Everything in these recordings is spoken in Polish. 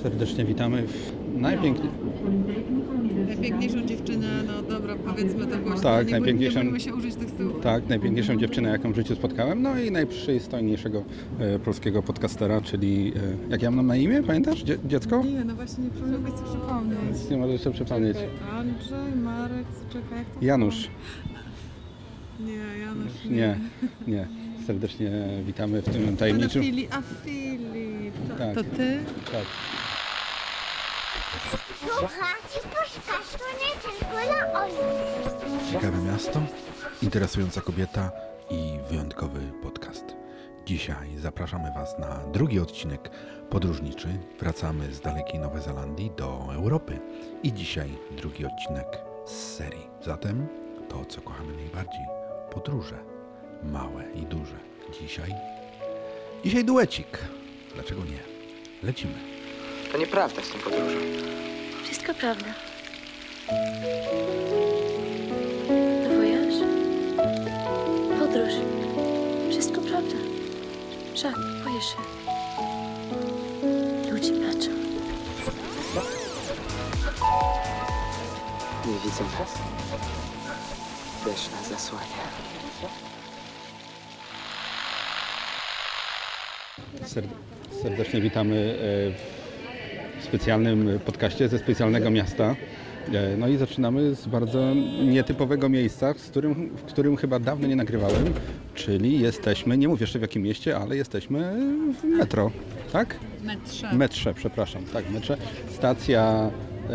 Serdecznie witamy w najpiękniejszą dziewczynę, no dobra, powiedzmy to głośno. Tak, nie boimy się użyć tych słów. Tak, najpiękniejszą dziewczynę, jaką w życiu spotkałem, no i najprzystojniejszego polskiego podcastera, czyli jak ja mam na imię, pamiętasz? Dziecko? Nie, no właśnie nie mogę sobie przypomnieć. Nie możesz sobie przypomnieć. Czekaj, Andrzej, Marek, czekaj, jak to Janusz. Nie, Janusz Nie. Serdecznie witamy w tym tajemniczym... Filip, Tak. To ty? Tak. Słuchajcie, podcastu nie tylko dla osób. Ciekawe miasto, interesująca kobieta i wyjątkowy podcast. Dzisiaj zapraszamy Was na drugi odcinek podróżniczy. Wracamy z dalekiej Nowej Zelandii do Europy. I dzisiaj drugi odcinek z serii. Zatem to, co kochamy najbardziej. Podróże. Małe i duże. Dzisiaj duecik. Dlaczego nie? Lecimy. To nieprawda z tą podróżą. Wszystko prawda. To voyage. Podróż. Wszystko prawda. Żart, boję się. Ludzie płaczą. Nie widzę was. Deszcz nas zasłania. Serdecznie witamy w specjalnym podcaście ze specjalnego miasta. No i zaczynamy z bardzo nietypowego miejsca, w którym chyba dawno nie nagrywałem, czyli jesteśmy, nie mówię jeszcze w jakim mieście, ale jesteśmy w metro, tak? Metrze, przepraszam, tak, metrze. Stacja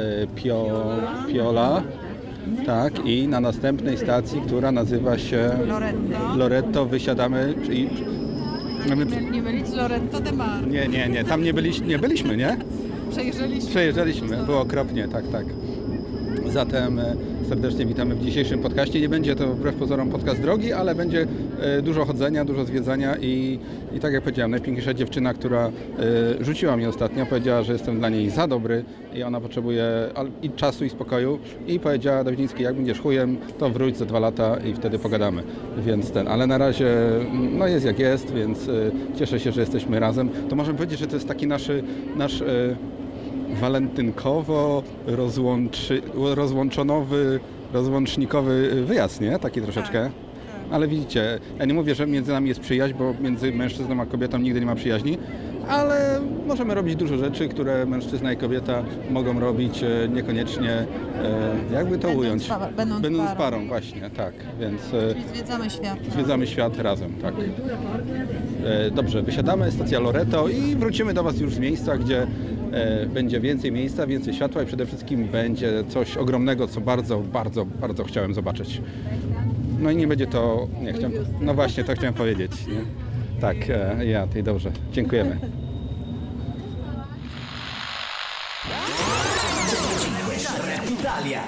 Piola, tak, i na następnej stacji, która nazywa się Loreto, wysiadamy, czyli... Nie mylić Loreto de Mar. Nie, tam nie byliśmy, nie? Przejeżdżaliśmy, było okropnie, tak. Zatem serdecznie witamy w dzisiejszym podcaście. Nie będzie to wbrew pozorom podcast drogi, ale będzie dużo chodzenia, dużo zwiedzania i tak jak powiedziałem, najpiękniejsza dziewczyna, która rzuciła mnie ostatnio, powiedziała, że jestem dla niej za dobry i ona potrzebuje i czasu, i spokoju i powiedziała: Dawidziński, jak będziesz chujem, to wróć za 2 lata i wtedy pogadamy. Więc ale na razie no jest jak jest, więc cieszę się, że jesteśmy razem. To możemy powiedzieć, że to jest taki nasz walentynkowo rozłącznikowy wyjazd, nie? Taki troszeczkę. Tak. Ale widzicie, ja nie mówię, że między nami jest przyjaźń, bo między mężczyzną a kobietą nigdy nie ma przyjaźni, ale możemy robić dużo rzeczy, które mężczyzna i kobieta mogą robić niekoniecznie, jakby to ująć. Będąc parą, właśnie, tak. Więc czyli zwiedzamy świat razem, tak. Dobrze, wysiadamy, stacja Loreto i wrócimy do Was już z miejsca, gdzie będzie więcej miejsca, więcej światła i przede wszystkim będzie coś ogromnego, co bardzo, bardzo, bardzo chciałem zobaczyć. No i nie będzie to... No właśnie, to chciałem powiedzieć. Nie? Tak, dobrze. Dziękujemy. Italia.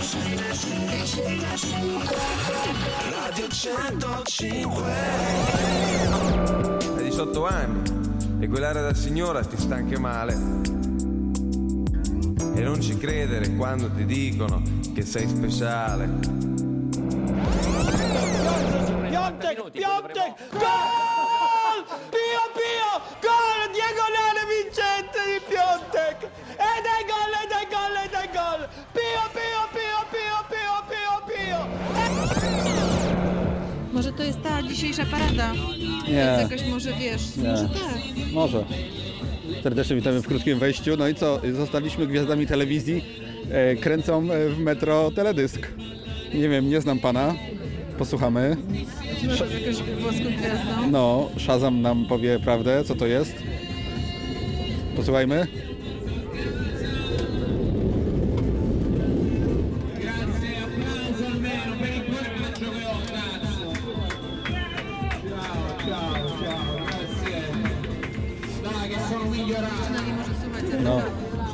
Radio 105. Hai 18 anni e quell'aria da signora ti sta anche male. E non ci credere quando ti dicono che sei speciale. Piontek! Gol! Pio! Gol! Diagonale vincente di Piontek! Ed è gol! Pio! Może to jest ta dzisiejsza parada? Nie. Jakoś może wiesz, Nie. może tak. Może. Serdecznie witamy w krótkim wejściu. No i co? Zostaliśmy gwiazdami telewizji. Kręcą w metro teledysk. Nie wiem, nie znam pana. Posłuchamy. Może z jakąś włoską gwiazdą? No, Shazam nam powie prawdę, co to jest. Posłuchajmy. Przynajmniej może słuchać. No.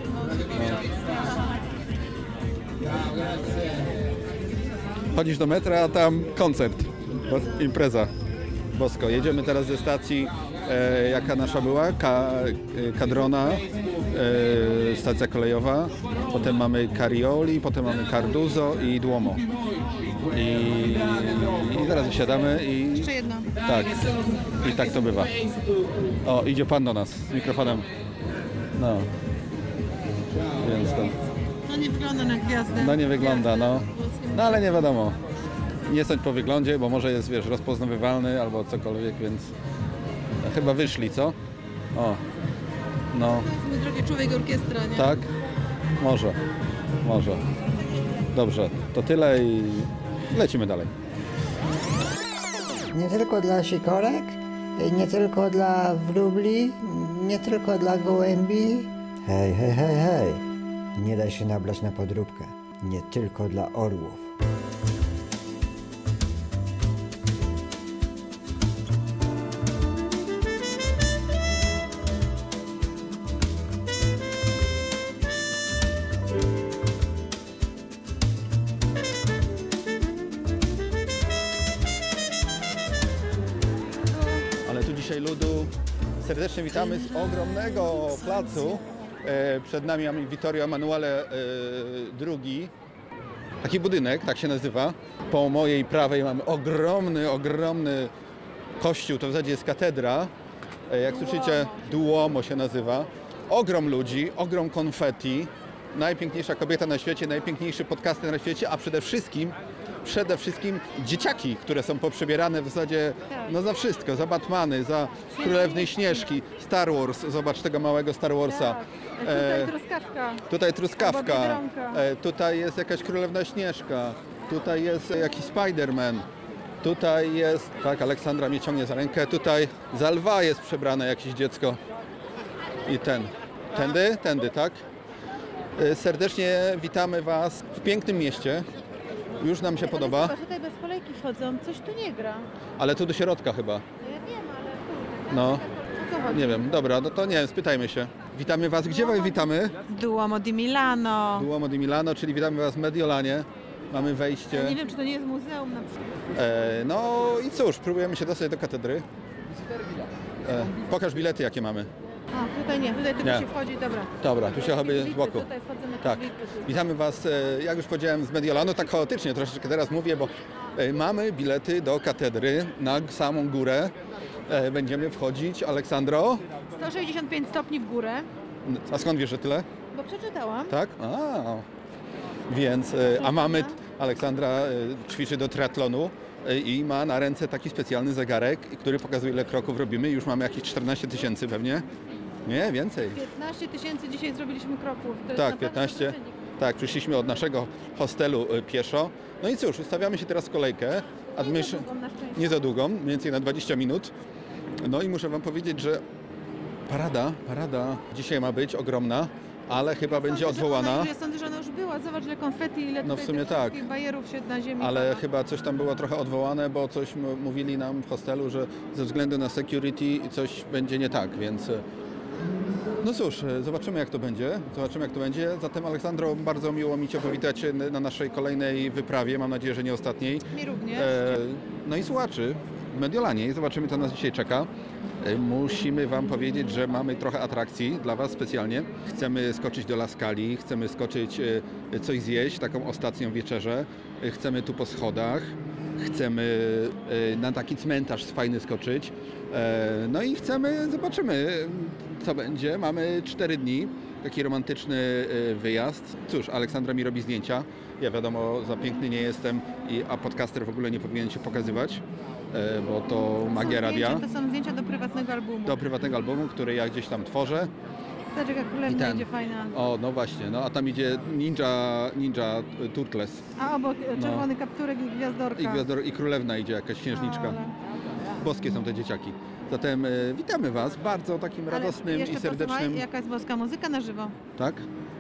Chodzisz do metra, a tam koncert, impreza. Bosko. Jedziemy teraz ze stacji, jaka nasza była, Cadrona, stacja kolejowa. Potem mamy Carioli, potem mamy Carduzo i Duomo. I teraz wysiadamy i... Jeszcze jedno. Tak. I tak to bywa. O, idzie pan do nas z mikrofonem. No. Więc to... No nie wygląda na gwiazdę. No nie wygląda, Gwiazdę no. włoskim. No ale nie wiadomo. Nie sądź po wyglądzie, bo może jest, wiesz, rozpoznawywalny albo cokolwiek, więc chyba wyszli, co? O, no, To jest mój drogi człowiek orkiestra, nie? tak? Może. Dobrze, to tyle i lecimy dalej. Nie tylko dla sikorek, nie tylko dla wróbli, nie tylko dla gołębi. Hej, hej, hej, hej. Nie daj się nabrać na podróbkę. Nie tylko dla orłów. Ale tu dzisiaj ludu. Serdecznie witamy z ogromnego placu. Przed nami mamy Vittorio Emanuele II. Taki budynek, tak się nazywa. Po mojej prawej mamy ogromny kościół, to w zasadzie jest katedra. Jak słyszycie, Duomo się nazywa. Ogrom ludzi, ogrom konfetti. Najpiękniejsza kobieta na świecie, najpiękniejszy podcaster na świecie, a przede wszystkim dzieciaki, które są poprzebierane w zasadzie no za wszystko, za Batmany, za Królewnej Śnieżki, Star Wars, zobacz tego małego Star Warsa. Tutaj truskawka. Tutaj truskawka, Albo Biedronka. tutaj jest jakaś Królewna Śnieżka, tutaj jest jakiś Spider-Man, tutaj jest, tak, Aleksandra mnie ciągnie za rękę, tutaj za lwa jest przebrane jakieś dziecko i tędy, tak? Serdecznie witamy Was w pięknym mieście, już nam się podoba, Zobacz, tutaj bez kolejki wchodzą, coś tu nie gra. ale tu do środka chyba, Ja wiem, ale kurde, no, o co chodzi? nie wiem, dobra, no to nie wiem, spytajmy się. Witamy Was, gdzie Was witamy? Duomo di Milano. Duomo di Milano, czyli witamy Was w Mediolanie. Mamy wejście. Nie wiem, czy to nie jest muzeum na przykład. No i cóż, próbujemy się dostać do katedry. Pokaż bilety, jakie mamy. A, tutaj nie, tutaj tylko Nie. się wchodzi, dobra. Dobra, tu się chyba z boku. Tutaj wchodzę na Tak. Witamy Was, jak już powiedziałem, z Mediolanu, tak chaotycznie troszeczkę teraz mówię, bo mamy bilety do katedry na samą górę. Będziemy wchodzić. Aleksandro? 165 stopni w górę, A skąd wiesz, że tyle? bo przeczytałam. Tak? Więc, a mamy, Aleksandra ćwiczy do triatlonu i ma na ręce taki specjalny zegarek, który pokazuje, ile kroków robimy. Już mamy jakieś 14 000 pewnie. Nie, więcej. 15 000 dzisiaj zrobiliśmy kroków. To jest Tak, naprawdę 15. duży wynik. Tak, przyszliśmy od naszego hostelu pieszo. No i cóż, ustawiamy się teraz w kolejkę. Nie za długą, na szczęście. Nie za długą, mniej więcej na 20 minut. No i muszę Wam powiedzieć, że parada dzisiaj ma być ogromna, ale chyba będzie odwołana. Ja sądzę, że ona już była. Zobacz, ile konfetti, ile No w tutaj sumie tych tak. wszystkich bajerów się na ziemi Ale pada. chyba coś tam było trochę odwołane, bo coś mówili nam w hostelu, że ze względu na security coś będzie nie tak, więc no cóż, zobaczymy jak to będzie. Zatem Aleksandro, bardzo miło mi Cię powitać na naszej kolejnej wyprawie, mam nadzieję, że nie ostatniej. Mi również. No i słuchaczy w Mediolanie, zobaczymy co nas dzisiaj czeka. Musimy Wam powiedzieć, że mamy trochę atrakcji dla Was specjalnie. Chcemy skoczyć do La Scali, chcemy skoczyć coś zjeść, taką ostatnią wieczerzę. Chcemy tu po schodach, chcemy na taki cmentarz fajny skoczyć. No i zobaczymy co będzie. Mamy 4 dni, taki romantyczny wyjazd. Cóż, Aleksandra mi robi zdjęcia. Ja wiadomo, za piękny nie jestem, a podcaster w ogóle nie powinien się pokazywać, bo to magia radia. To są zdjęcia do prywatnego albumu. Do prywatnego albumu, który ja gdzieś tam tworzę. Zobacz, jaka królewna idzie fajna. O, no właśnie, no a tam idzie Ninja Turtles. A obok czerwony kapturek i gwiazdorka. I królewna idzie, jakaś księżniczka. Ale... Boskie są te dzieciaki. Zatem witamy Was bardzo takim radosnym jeszcze i serdecznym. Posłuchaj, jaka jest boska muzyka na żywo. Tak?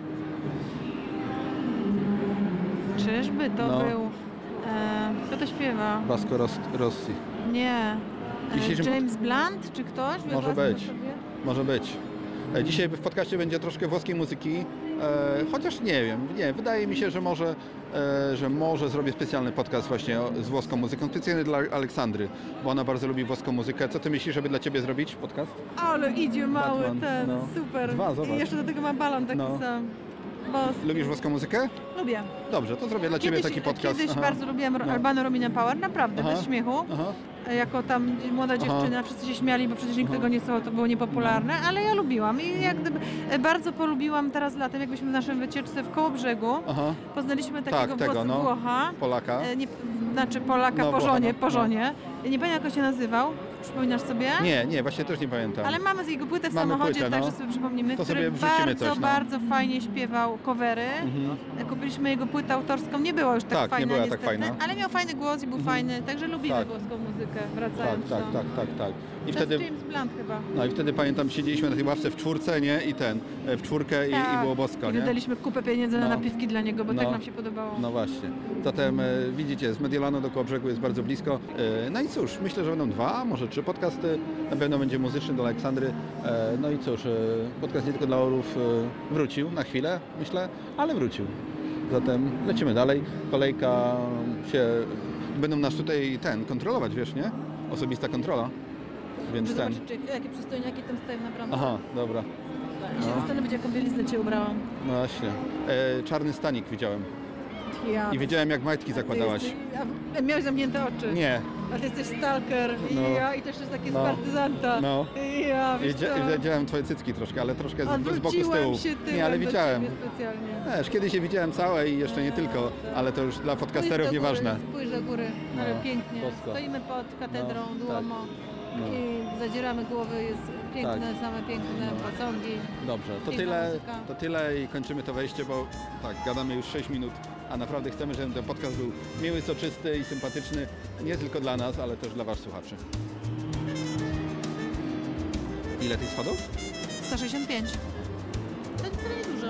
Czyżby to No. był... kto to śpiewa? Vasco Rossi. Nie. Dzisiejszym James Blunt czy ktoś? Może Wyobraźmy być. sobie. Może być. Dzisiaj w podcaście będzie troszkę włoskiej muzyki, chociaż nie wiem, wydaje mi się, że może zrobię specjalny podcast właśnie z włoską muzyką, specjalny dla Aleksandry, bo ona bardzo lubi włoską muzykę. Co Ty myślisz, żeby dla Ciebie zrobić podcast? Ale idzie mały Batman, ten, no. super. 2, zobacz. I jeszcze do tego ma balon taki No. sam. Bo Lubisz włoską muzykę? lubię. Dobrze, to zrobię dla Ciebie taki podcast. Kiedyś bardzo lubiłam Albano Romina Power, naprawdę, bez śmiechu. Jako tam młoda dziewczyna, wszyscy się śmiali, bo przecież nikt tego nie słuchał, to było niepopularne, ale ja lubiłam i jak gdyby bardzo polubiłam teraz latem, jak byliśmy w naszej wycieczce w Kołobrzegu, poznaliśmy takiego Włocha, Polaka. Znaczy Polaka po żonie. Nie pamiętam, jak on się nazywał. Przypominasz sobie? Nie, właśnie też nie pamiętam. Ale mamy z jego płytę w Mamy samochodzie, płytę, także sobie przypomnimy, To który sobie wrzucimy bardzo, coś, bardzo fajnie śpiewał covery. Kupiliśmy jego płytę autorską, nie była już tak fajna nie była niestety, tak fajna. ale miał fajny głos i był fajny, także lubimy włoską muzykę, wracając Tak. I to jest wtedy, James Blunt chyba. no i wtedy pamiętam, siedzieliśmy na tej ławce w czwórce, nie? I w czwórkę i było bosko, I nie? wydaliśmy kupę pieniędzy na napiwki dla niego, bo tak nam się podobało. No właśnie. Zatem widzicie, z Mediolanu do Kołobrzegu jest bardzo blisko. No i cóż, myślę, że będą 2, może 3 podcasty. Na pewno będzie muzyczny do Aleksandry. No i cóż, podcast nie tylko dla orłów wrócił na chwilę, myślę, ale wrócił. Zatem lecimy dalej. Kolejka się... Będą nas tutaj kontrolować, wiesz, nie? Osobista kontrola. Więc Zobaczyć, jakie przystojniaki tam stoją na bramce. Aha, dobra. I się zastanowić, jaką bieliznę Cię ubrałam. No właśnie. Czarny stanik widziałem. Ja. I wiedziałem, jak majtki zakładałaś. Miałeś zamknięte oczy. Nie. A Ty jesteś stalker. I też jest taki z partyzanta. No. Widziałem twoje cycki troszkę, ale troszkę z boku, z tyłu. Się nie, ale widziałem. Specjalnie. Wiesz, kiedyś je widziałem całe i jeszcze nie tylko, ale to już dla podcasterów nieważne. Spójrz do góry, ale No, pięknie. bosko. Stoimy pod katedrą Duomo i zadzieramy głowy, jest piękne, same piękne posągi. Dobrze, Piękna muzyka. to tyle i kończymy to wejście, bo gadamy już 6 minut, a naprawdę chcemy, żeby ten podcast był miły, soczysty i sympatyczny, nie tylko dla nas, ale też dla was słuchaczy. Ile tych schodów? 165. To wcale nie dużo.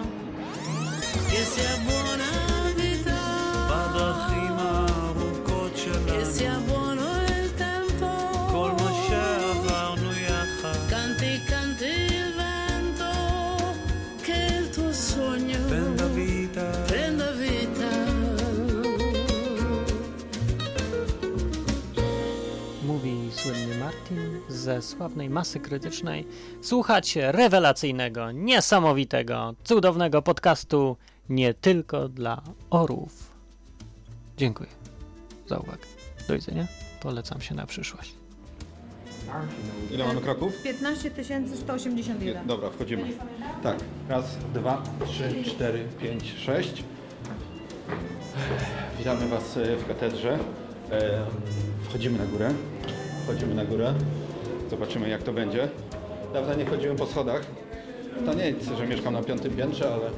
Mówi słynny Martin ze sławnej Masy Krytycznej. Słuchacie rewelacyjnego, niesamowitego, cudownego podcastu nie tylko dla orłów. Dziękuję za uwagę. Do widzenia. Polecam się na przyszłość. Ile mamy kroków? 15 181. Dobra, wchodzimy. Tak, 1, 2, 3, 4, 5, 6. Witamy was w katedrze. Wchodzimy na górę. Zobaczymy, jak to będzie. Dawno nie chodziłem po schodach. To nie jest, że mieszkam na 5. piętrze, ale...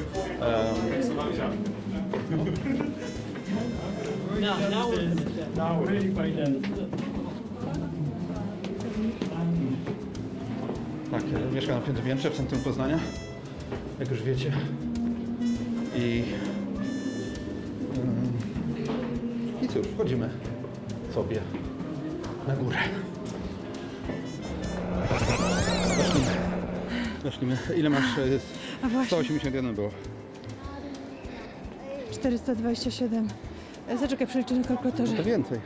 Tak, mieszkam na 5. piętrze w centrum Poznania, jak już wiecie. I cóż, wchodzimy sobie na górę. Zacznijmy. Ile masz? 181 było. 427. Zaczekaj, przeliczę na kalkulatorze. To więcej.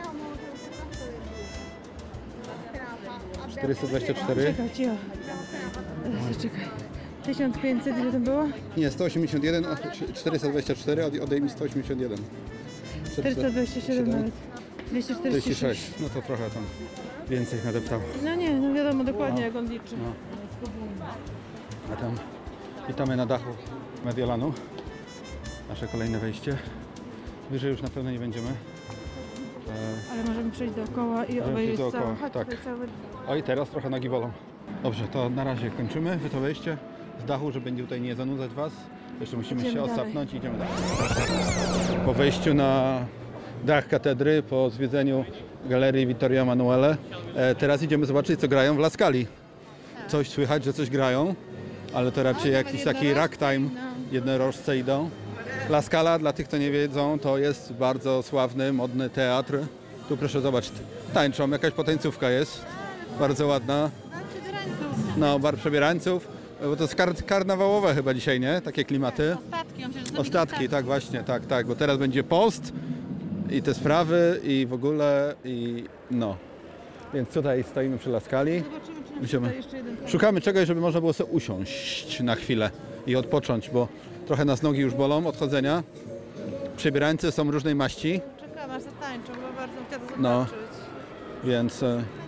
424. Czekaj, cicho. Zaczekaj. 1500, ile to było? Nie, 181, 424, odejmij 181. 427 nawet. 246. No to trochę tam więcej nadeptało. No nie, no wiadomo dokładnie jak on liczy. No. A tam witamy na dachu Mediolanu. Nasze kolejne wejście. Wyżej już na pewno nie będziemy. Ale możemy przejść dookoła i obejrzeć dookoła, tak. cały... Oj, teraz trochę nogi bolą. Dobrze, to na razie kończymy to wejście z dachu, żeby tutaj nie zanudzać was. Jeszcze musimy się odsapnąć i idziemy dalej. Po wejściu na dach katedry, po zwiedzeniu Galerii Vittorio Emanuele, teraz idziemy zobaczyć, co grają w La Scali. Coś słychać, że coś grają, ale to raczej jakiś taki ragtime, jednorożce idą. La Scala, dla tych, co nie wiedzą, to jest bardzo sławny, modny teatr. Tu proszę zobaczyć, tańczą, jakaś potańcówka jest, bardzo ładna. No, bar przebierańców, bo to jest karnawałowe chyba dzisiaj, nie? Takie klimaty. Ostatki, tak właśnie, tak, bo teraz będzie post i te sprawy i w ogóle i no. Więc tutaj stoimy przy La Scali. Szukamy czegoś, żeby można było sobie usiąść na chwilę i odpocząć, bo Trochę nas nogi już bolą od chodzenia. Przebierańcy są różnej maści. Czekam aż zatańczą, bo bardzo chciałam to No. zobaczyć. Więc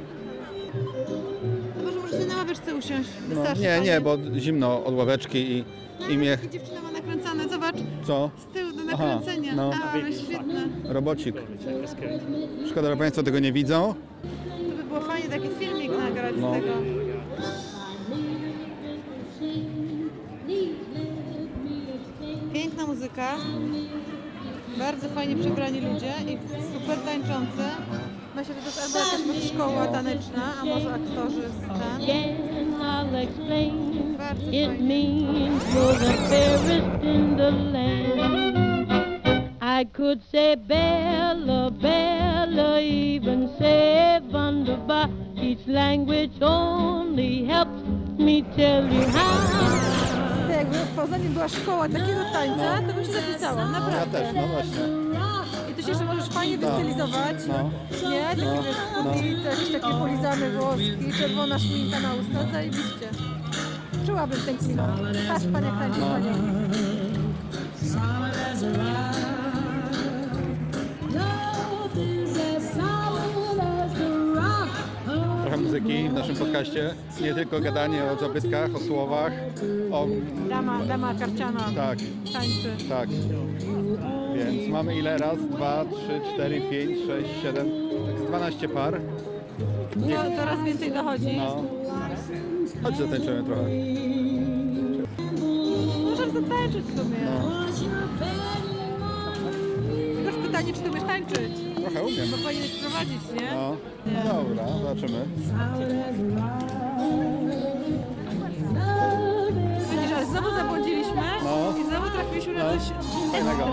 No może możecie na ławeczce usiąść. Wystarczy, nie, panie. bo zimno od ławeczki i mnie... Taka dziewczyna ma nakręcane, zobacz. Co? Z tyłu do nakręcenia. no. Ale świetne. Robocik. Szkoda, że Państwo tego nie widzą. To by było fajnie taki filmik nagrać No. z tego. Piękna muzyka. Bardzo fajnie przebrani ludzie i super tańczący. Myślę, że to jest albo jakaś szkoła taneczna, a może aktorzy z ten. I'll explain. Bardzo It fajnie. means you're the fairest in the land. I could say Bella, Bella, even say wunderbar. Each language only helps me tell you how. To jakby w Poznaniu była szkoła takiego tańca, to bym się zapisała, naprawdę. Ja też, no właśnie. I tu się jeszcze możesz fajnie wystylizować. No. Nie? Takie No. wiesz, spódnice, jakieś takie polizane włoski, czerwona szminka na usta, zajebiście. Czułabym ten klimat. Patrz pan jak tańczy wspaniale. Trochę muzyki w naszym podcaście. Nie tylko gadanie o zabytkach, o słowach, o... Dama karciana Tak, tańczy. tak. Więc mamy ile? Raz, 2, 3, 4, 5, 6, 7, 12 par. Coraz więcej dochodzi. No. Chodź zatańczymy trochę. Możemy zatańczyć w sumie. No. Tylko już pytanie, czy ty umiesz tańczyć? Trochę umiem. Bo powinieneś prowadzić, nie? No, no dobra, zobaczymy. Widzisz, ale znowu zabłądziliśmy No. i znowu trafiliśmy na No. coś Fajnego.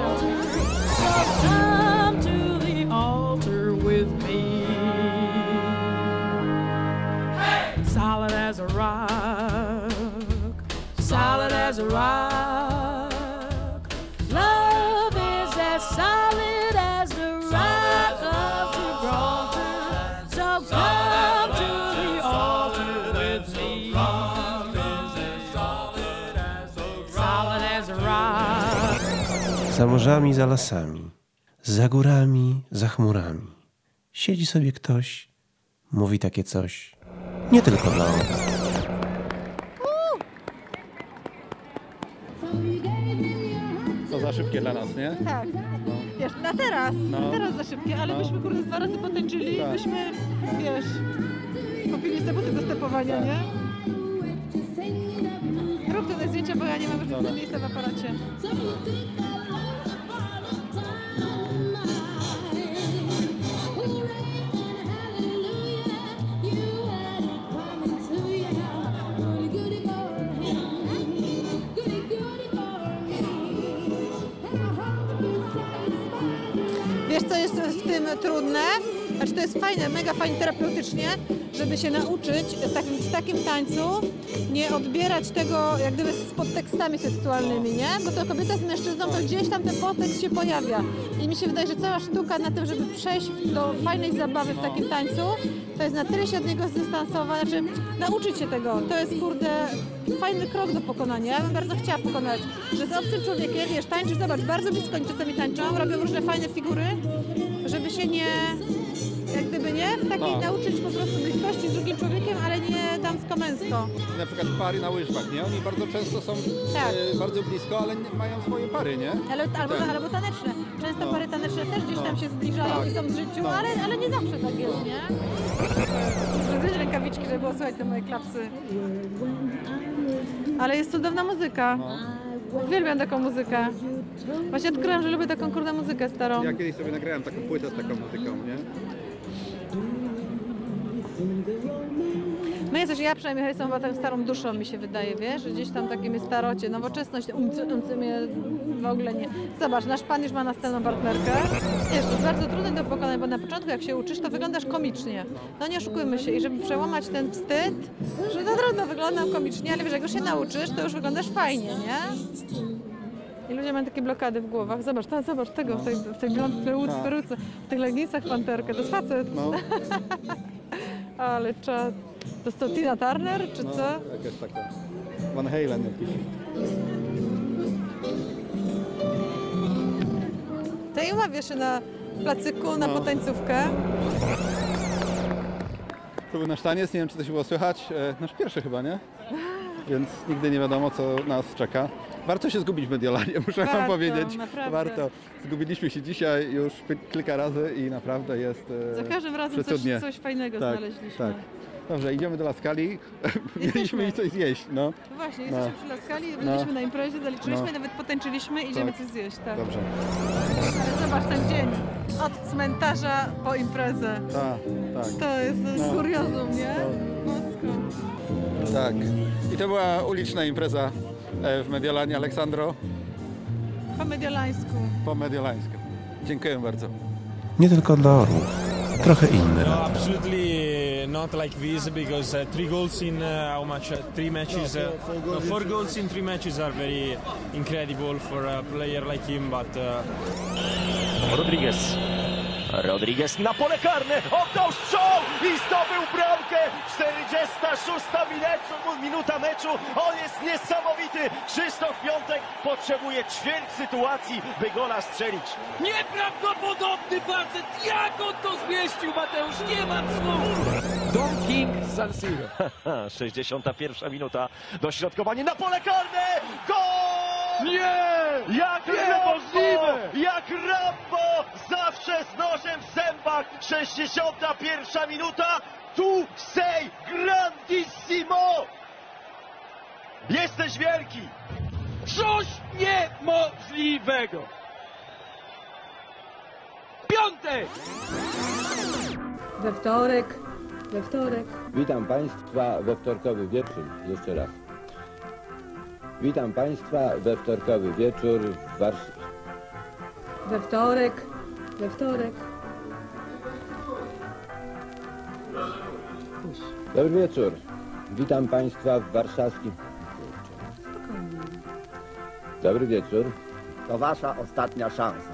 Come to the altar with me. Solid as a rock, solid as a rock. Love is as solid as the rock of Gibraltar. So come to the altar with me. Solid as a rock. Za morzami, za lasami, za górami, za chmurami. Siedzi sobie ktoś, mówi takie coś. Nie tylko dla oka. To za szybkie dla nas, nie? Tak. Wiesz, na teraz za szybkie, ale No. byśmy kurde 2 razy potańczyli, Tak. byśmy, wiesz, kupili sobie buty do stepowania, nie? Rób te zdjęcia, bo ja nie mam już Dobra. miejsca w aparacie. Wiesz, co jest w tym trudne? Znaczy, to jest fajne, mega fajnie terapeutycznie, żeby się nauczyć w takim tańcu nie odbierać tego jak gdyby z podtekstami seksualnymi, nie? Bo to kobieta z mężczyzną, to gdzieś tam ten podtekst się pojawia. I mi się wydaje, że cała sztuka na tym, żeby przejść do fajnej zabawy w takim tańcu, to jest na tyle się od niego zdystansować, znaczy nauczyć się tego. To jest, kurde, fajny krok do pokonania. Ja bym bardzo chciała pokonać, że z obcym człowiekiem, wiesz, tańczysz, zobacz, bardzo blisko oni czasami tańczą, robią różne fajne figury, żeby się nie, jak gdyby nie, w takiej nauczyć po prostu bliskości z drugim człowiekiem, ale nie damsko-męsko. Na przykład pary na łyżwach, nie? Oni bardzo często są Tak. bardzo blisko, ale mają swoje pary, nie? Albo taneczne. Często pary taneczne też gdzieś tam się zbliżają Tak. i są w życiu, ale nie zawsze tak jest, nie? Zdjąć rękawiczki, żeby było słychać te moje klapsy. Ale jest cudowna muzyka. Uwielbiam taką muzykę. Właśnie odkryłam, że lubię taką kurde muzykę starą. Ja kiedyś sobie nagrałem taką płytę z taką muzyką, nie? My jesteś, ja przynajmniej jestem chyba taką starą duszą, mi się wydaje, wiesz, że gdzieś tam takie mnie starocie, nowoczesność, mnie w ogóle nie. Zobacz, nasz pan już ma następną partnerkę. Wiesz, to jest bardzo trudne do pokonania, bo na początku jak się uczysz, to wyglądasz komicznie. No nie oszukujmy się i żeby przełamać ten wstyd, że to trudno wyglądam komicznie, ale wiesz, jak już się nauczysz, to już wyglądasz fajnie, nie? I ludzie mają takie blokady w głowach. Zobacz, zobacz tego, w tej peruce, w tych leginsach panterkę, to jest facet. No. Ale czad. To jest to Tina Turner, czy co? Jakaś taka. Van Halen jakiś. i umawiasz się na placyku, na potańcówkę. To był nasz taniec, nie wiem, czy to się było słychać. Nasz pierwszy chyba, nie? Więc nigdy nie wiadomo, co nas czeka. Warto się zgubić w Mediolanie, muszę wam powiedzieć. Naprawdę. Warto. Zgubiliśmy się dzisiaj już kilka razy i naprawdę jest Za każdym razem coś fajnego znaleźliśmy. Tak. Dobrze, idziemy do La Scali. Mieliśmy iść coś zjeść. No właśnie, jesteśmy przy La Scali, byliśmy na imprezie, zaliczyliśmy, nawet potańczyliśmy, idziemy coś zjeść. Tak. Dobrze. Ale zobacz ten dzień. Od cmentarza po imprezę. Tak. To jest kuriozum, nie? Tak. I to była uliczna impreza w Mediolanie. Aleksandro? Po mediolańsku. Po mediolańsku. Dziękuję bardzo. Nie tylko dla orłów, trochę inne. No, absolutely not like this because 3 goals in how much? 3 matches? 4 goals in 3 matches are very incredible for a player like him, but... Rodriguez na pole karne, oddał strzał i zdobył bramkę. 46 minuta meczu, on jest niesamowity. Krzysztof Piątek potrzebuje ćwierć sytuacji, by gola strzelić. Nieprawdopodobny facet, jak on to zmieścił, Mateusz, nie mam słów. Don King San Siro. 61 minuta, dośrodkowanie na pole karne, gol! Nie! Jak Rambo! Jak Rambo! Zawsze z nożem w zębach. 61 minuta. Tu sei grandissimo! Jesteś wielki! Coś niemożliwego! Piątek! We wtorek. Witam Państwa we wtorkowy wieczór. Jeszcze raz. Witam Państwa we wtorkowy wieczór w Warszawie. We wtorek. Dobry wieczór. Witam Państwa w warszawskim... Dobry wieczór. To Wasza ostatnia szansa.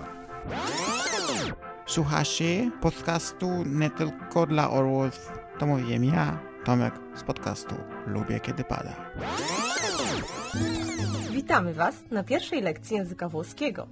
Słuchacie podcastu nie tylko dla orłów. To mówiłem ja, Tomek z podcastu Lubię Kiedy Pada. Witamy Was na pierwszej lekcji języka włoskiego.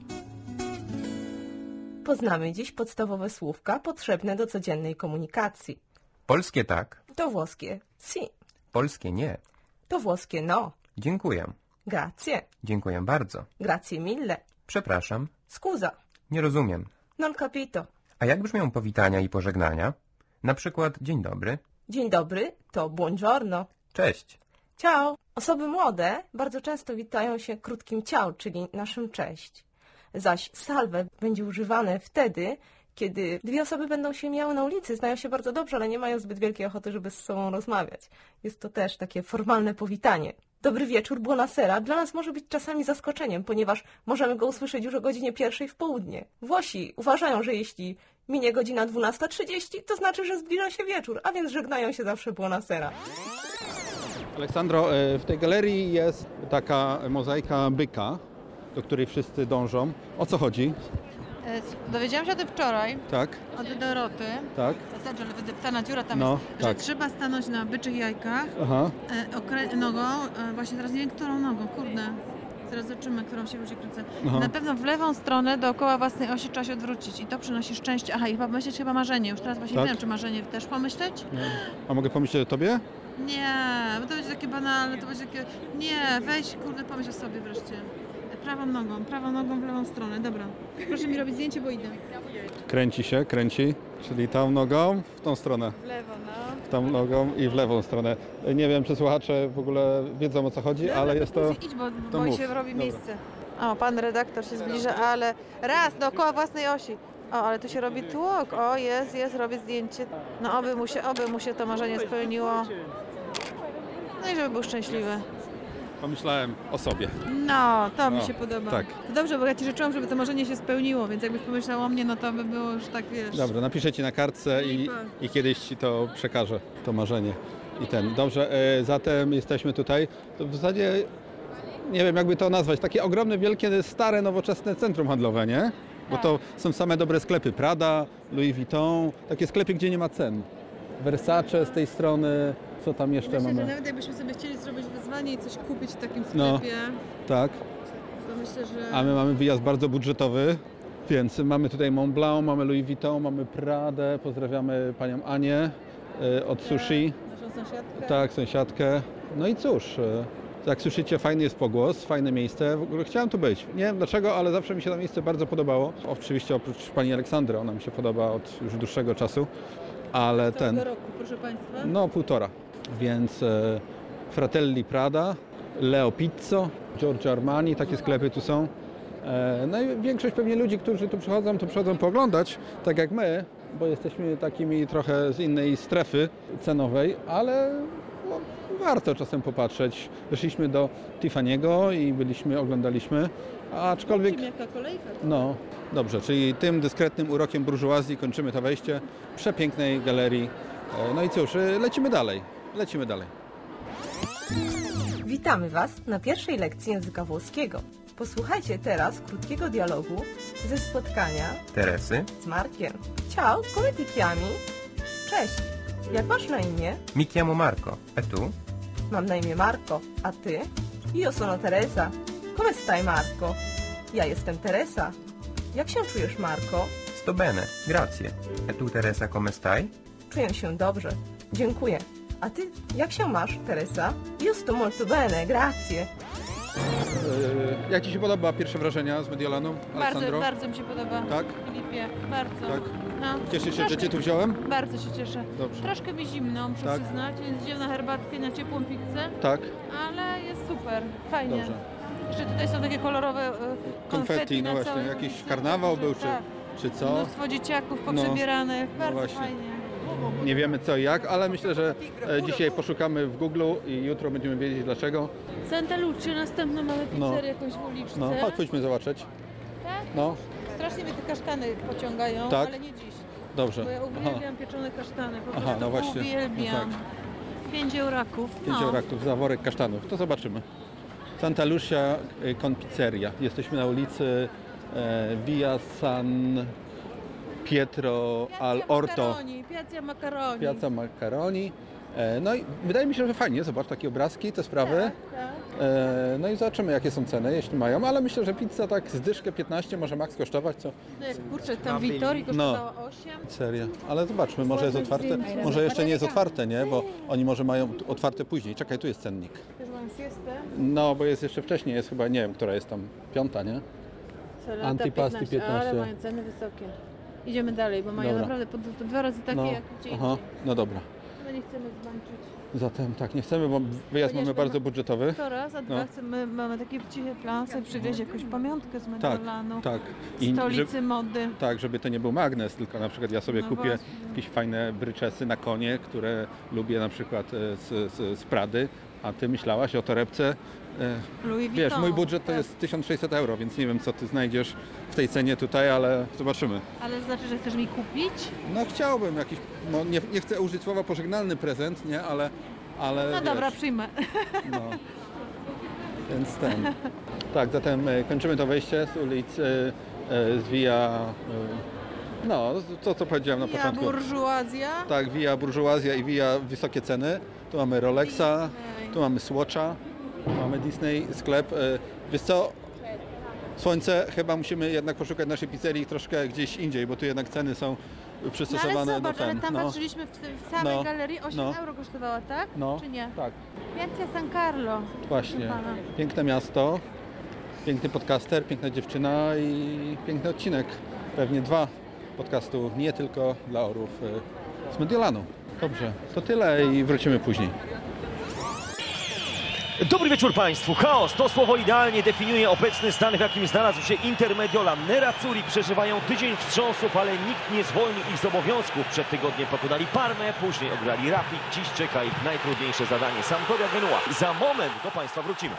Poznamy dziś podstawowe słówka potrzebne do codziennej komunikacji. Polskie tak. To włoskie si. Polskie nie. To włoskie no. Dziękuję. Grazie. Dziękuję bardzo. Grazie mille. Przepraszam. Scusa. Nie rozumiem. Non capito. A jak brzmią powitania i pożegnania? Na przykład dzień dobry. Dzień dobry to buongiorno. Cześć. Ciao. Osoby młode bardzo często witają się krótkim ciao, czyli naszym cześć. Zaś salve będzie używane wtedy, kiedy dwie osoby będą się miały na ulicy, znają się bardzo dobrze, ale nie mają zbyt wielkiej ochoty, żeby z sobą rozmawiać. Jest to też takie formalne powitanie. Dobry wieczór, buonasera, dla nas może być czasami zaskoczeniem, ponieważ możemy go usłyszeć już o godzinie 1:00 w południe. Włosi uważają, że jeśli minie godzina 12:30, to znaczy, że zbliża się wieczór, a więc żegnają się zawsze buonasera. Aleksandro, w tej galerii jest taka mozaika byka, do której wszyscy dążą. O co chodzi? Dowiedziałam się o tym wczoraj. Tak. Od Doroty. Tak. Zasadzie, że wydeptana dziura tam No, jest, tak. że trzeba stanąć na byczych jajkach, Aha. nogą, właśnie teraz nie wiem, którą nogą, kurde. Zaraz zobaczymy, którą się ludzie kręcą. Aha. Na pewno w lewą stronę dookoła własnej osi trzeba się odwrócić i to przynosi szczęście. Aha, i chyba pomyśleć chyba marzenie. Już teraz właśnie Tak? nie wiem, czy marzenie też pomyśleć? Nie. A mogę pomyśleć o tobie? Nie, bo to będzie takie banalne, to będzie takie... Nie, weź, kurde, pomyśl o sobie wreszcie. Prawą nogą w lewą stronę, dobra. Proszę mi robić zdjęcie, bo idę. Kręci, czyli tą nogą w tą stronę. W lewo, no. Tą nogą i w lewą stronę. Nie wiem, czy słuchacze w ogóle wiedzą, o co chodzi, Dobra, ale jest to... Idź, bo to się robi miejsce. O, pan redaktor się zbliża, ale raz, dookoła własnej osi. O, ale tu się robi tłok. O, jest, robię zdjęcie. No, oby mu się to marzenie spełniło. No i żeby był szczęśliwy. Pomyślałem o sobie. No, to mi się podoba. Tak. To dobrze, bo ja Ci życzyłam, żeby to marzenie się spełniło, więc jakbyś pomyślał o mnie, no to by było już tak, wiesz... Dobra, napiszę Ci na kartce i kiedyś Ci to przekażę, to marzenie. Dobrze, zatem jesteśmy tutaj. To w zasadzie, nie wiem jakby to nazwać, takie ogromne, wielkie, stare, nowoczesne centrum handlowe, nie? Bo to są same dobre sklepy. Prada, Louis Vuitton, takie sklepy, gdzie nie ma cen. Versace z tej strony, co tam jeszcze Myślę, mamy? że nawet jakbyśmy sobie chcieli zrobić wyzwanie i coś kupić w takim No, sklepie, tak. to myślę, że... A my mamy wyjazd bardzo budżetowy. Więc mamy tutaj Mont Blanc, mamy Louis Vuitton, mamy Pradę, pozdrawiamy panią Anię od sushi. Naszą sąsiadkę. Tak, sąsiadkę. No i cóż, jak słyszycie, fajny jest pogłos, fajne miejsce. W ogóle chciałem tu być. Nie wiem dlaczego, ale zawsze mi się to miejsce bardzo podobało. Oczywiście oprócz pani Aleksandry, ona mi się podoba od już dłuższego czasu, ale Z całego roku, proszę państwa. No, 1,5. Więc Fratelli Prada, Leo Pizzo, Giorgio Armani, takie sklepy tu są. No i większość pewnie ludzi, którzy tu przychodzą pooglądać, tak jak my, bo jesteśmy takimi trochę z innej strefy cenowej, ale no, warto czasem popatrzeć. Weszliśmy do Tiffany'ego i oglądaliśmy, aczkolwiek... Jaka kolejka? No, dobrze, czyli tym dyskretnym urokiem burżuazji kończymy to wejście przepięknej galerii. No i cóż, lecimy dalej. Witamy Was na pierwszej lekcji języka włoskiego. Posłuchajcie teraz krótkiego dialogu ze spotkania Teresy. z Markiem. Ciao, come ti chiami? Cześć, jak masz na imię? Mi chiamo Marco. E tu? Mam na imię Marco, a ty? Io sono Teresa. Come stai, Marco? Ja jestem Teresa. Jak się czujesz, Marco? Sto bene, grazie. E tu, Teresa, come stai? Czuję się dobrze. Dziękuję. A ty, jak się masz, Teresa? Io sto molto bene, grazie. Jak Ci się podoba pierwsze wrażenia z Mediolanu, Aleksandro? Bardzo mi się podoba. Tak? Filipie, bardzo. Tak? No, Cieszysz się, że Cię tu wziąłem? Bardzo się cieszę. Dobrze. Troszkę mi zimno, muszę Tak. przyznać, więc idziemy na herbatkę, na ciepłą pizzę. Tak. Ale jest super, fajnie. Dobrze. Jeszcze tutaj są takie kolorowe Konfetti, no na właśnie, całej jakiś ulicy. karnawał był, Tak. czy co? Mnóstwo dzieciaków poprzebieranych, bardzo właśnie. fajnie. Nie wiemy co i jak, ale myślę, że dzisiaj poszukamy w Google i jutro będziemy wiedzieć dlaczego. Santa Lucia, następną mamy pizzerię jakąś w uliczce. No, chodźmy zobaczyć. Tak? No, Strasznie mnie te kasztany pociągają, Tak? ale nie dziś. dobrze. Bo ja uwielbiam pieczone kasztany, po prostu no właśnie. uwielbiam. No 5 euraków. 5 euraków za worek kasztanów. To zobaczymy. Santa Lucia con Pizzeria. Jesteśmy na ulicy Via San Pietro al Orto. Piazza Macaroni. No i wydaje mi się, że fajnie, zobacz, takie obrazki, te sprawy. No i zobaczymy, jakie są ceny, jeśli mają, ale myślę, że pizza tak z dyszkę 15 może max kosztować, co? No jak kurczę, tam Vittorii kosztowała 8. Serio. Ale zobaczmy, może jest otwarte, może jeszcze nie jest otwarte, nie? Bo oni może mają otwarte później. Czekaj, tu jest cennik. Też mam siestę. No, bo jest jeszcze wcześniej, jest chyba, nie wiem, która jest tam, 5, nie? Salata Antipasti 15. Ale mają ceny wysokie. Idziemy dalej, bo mają Dobra. naprawdę po 2 razy takie jak gdzie indziej. No dobra. No nie chcemy zmęczyć. Zatem tak, nie chcemy, bo wyjazd mamy bardzo budżetowy. To raz, a dwa mamy taki cichy plan, sobie przywieźć jakąś pamiątkę z Tak, Mediolanu. tak. Stolicy mody. Tak, żeby to nie był magnes, tylko na przykład ja sobie No kupię właśnie. jakieś fajne bryczesy na konie, które lubię na przykład z Prady, a ty myślałaś o torebce. Louis Wiesz, Vuitton, mój budżet to tak. jest 1600 euro, więc nie wiem co ty znajdziesz w tej cenie tutaj, ale zobaczymy. Ale znaczy, że chcesz mi kupić? No chciałbym jakiś, no nie chcę użyć słowa pożegnalny prezent, nie, ale No wiesz, dobra, przyjmę. No. Więc ten. Tak, zatem kończymy to wejście z ulicy z Via. No, to co powiedziałem na początku. Burżuazja. Tak, Via Burżuazja i Via wysokie ceny. Tu mamy Rolexa, tu mamy Swatcha, mamy Disney sklep. Wiesz co? Słońce, chyba musimy jednak poszukać naszej pizzerii troszkę gdzieś indziej, bo tu jednak ceny są przystosowane ale zobacz, do cen. ale tam patrzyliśmy w samej galerii, 8 euro kosztowała, tak? No, Czy nie? tak. Piazza San Carlo. Właśnie. Pana. Piękne miasto, piękny podcaster, piękna dziewczyna i piękny odcinek. Pewnie 2 podcastu, nie tylko dla orłów z Mediolanu. Dobrze, to tyle i wrócimy później. Dobry wieczór Państwu. Chaos to słowo idealnie definiuje obecny stan, w jakim znalazł się Inter Mediolan. Nerazzurri przeżywają tydzień wstrząsów, ale nikt nie zwolni ich z obowiązków. Przed tygodniem pokonali Parmę, później ograli Rapid. Dziś czeka ich najtrudniejsze zadanie, Sampdoria Genua. Za moment do Państwa wrócimy.